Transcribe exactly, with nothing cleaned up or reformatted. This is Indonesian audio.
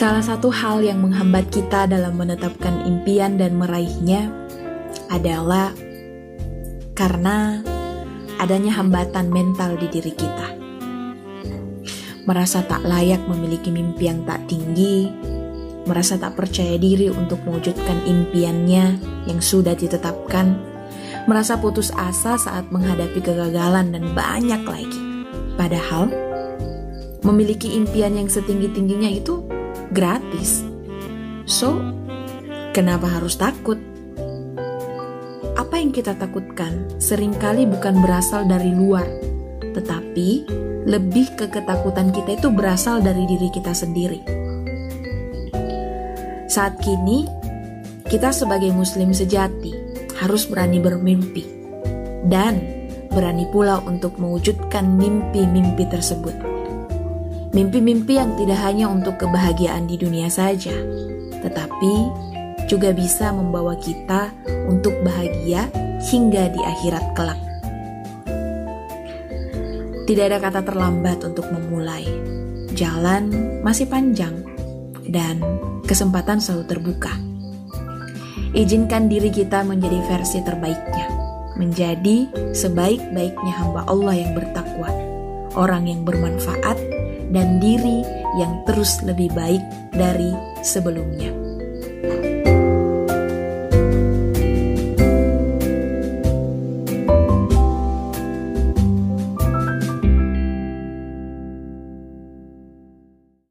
Salah satu hal yang menghambat kita dalam menetapkan impian dan meraihnya adalah karena adanya hambatan mental di diri kita. Merasa tak layak memiliki mimpi yang tak tinggi, merasa tak percaya diri untuk mewujudkan impiannya yang sudah ditetapkan, merasa putus asa saat menghadapi kegagalan dan banyak lagi. Padahal, memiliki impian yang setinggi-tingginya itu gratis. So, kenapa harus takut? Apa yang kita takutkan seringkali bukan berasal dari luar, tetapi lebih ke ketakutan kita itu berasal dari diri kita sendiri. Saat kini, kita sebagai muslim sejati harus berani bermimpi dan berani pula untuk mewujudkan mimpi-mimpi tersebut. Mimpi-mimpi yang tidak hanya untuk kebahagiaan di dunia saja, tetapi juga bisa membawa kita untuk bahagia hingga di akhirat kelak. Tidak ada kata terlambat untuk memulai. Jalan masih panjang dan kesempatan selalu terbuka. Izinkan diri kita menjadi versi terbaiknya, menjadi sebaik-baiknya hamba Allah yang bertakwa, orang yang bermanfaat, dan diri yang terus lebih baik dari sebelumnya.